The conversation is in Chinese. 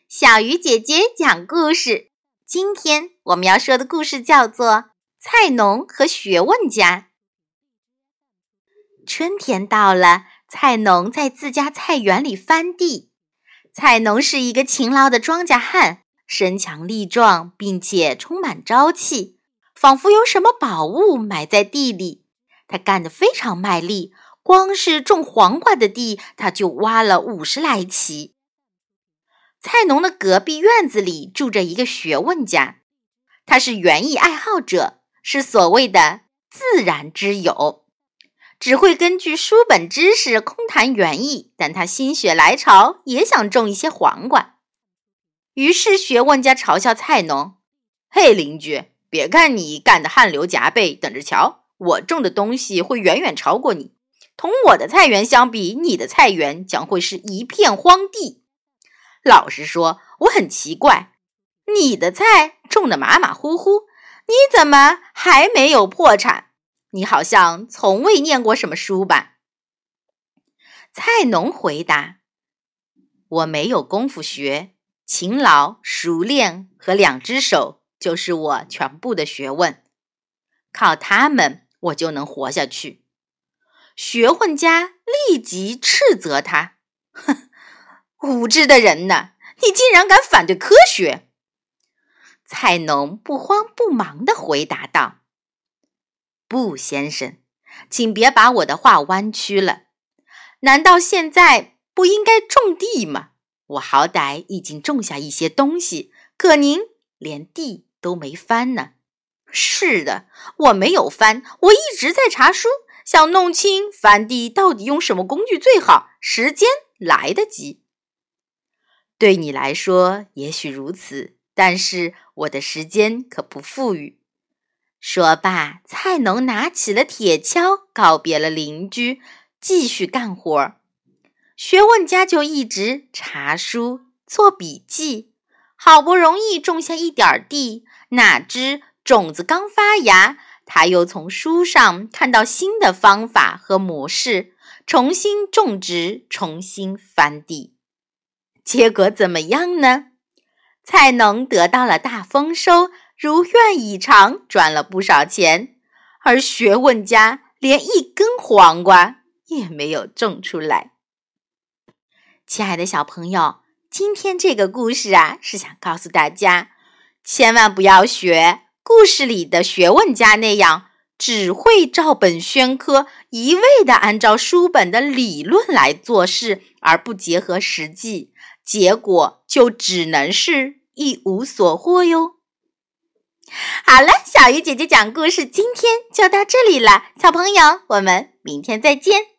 小鱼姐姐讲故事。今天我们要说的故事叫做《菜农和学问家》。春天到了，菜农在自家菜园里翻地。菜农是一个勤劳的庄稼汉，身强力壮，并且充满朝气，仿佛有什么宝物埋在地里。他干得非常卖力，光是种黄瓜的地，他就挖了50来畦。菜农的隔壁院子里住着一个学问家，他是园艺爱好者，是所谓的自然之友，只会根据书本知识空谈园艺，但他心血来潮也想种一些黄瓜。于是学问家嘲笑菜农：嘿，邻居，别看你干得汗流浃背，等着瞧，我种的东西会远远超过你，同我的菜园相比，你的菜园将会是一片荒地。老实说，我很奇怪，你的菜种得马马虎虎，你怎么还没有破产？你好像从未念过什么书吧？菜农回答：我没有功夫学，勤劳、熟练和2只手就是我全部的学问，靠它们我就能活下去。学问家立即斥责他：哼，无知的人呢，你竟然敢反对科学！菜农不慌不忙地回答道：不，先生，请别把我的话弯曲了。难道现在不应该种地吗？我好歹已经种下一些东西，可您连地都没翻呢。是的，我没有翻，我一直在查书，想弄清翻地到底用什么工具最好，时间来得及。对你来说也许如此，但是我的时间可不富裕。说罢，菜农拿起了铁锹，告别了邻居，继续干活。学问家就一直查书做笔记，好不容易种下一点地，哪知种子刚发芽，他又从书上看到新的方法和模式，重新种植，重新翻地。结果怎么样呢？菜农得到了大丰收，如愿以偿，赚了不少钱，而学问家连一根黄瓜也没有种出来。亲爱的小朋友，今天这个故事是想告诉大家，千万不要学故事里的学问家那样，只会照本宣科，一味地按照书本的理论来做事，而不结合实际，结果就只能是一无所获哟。好了，小鱼姐姐讲故事今天就到这里了，小朋友，我们明天再见。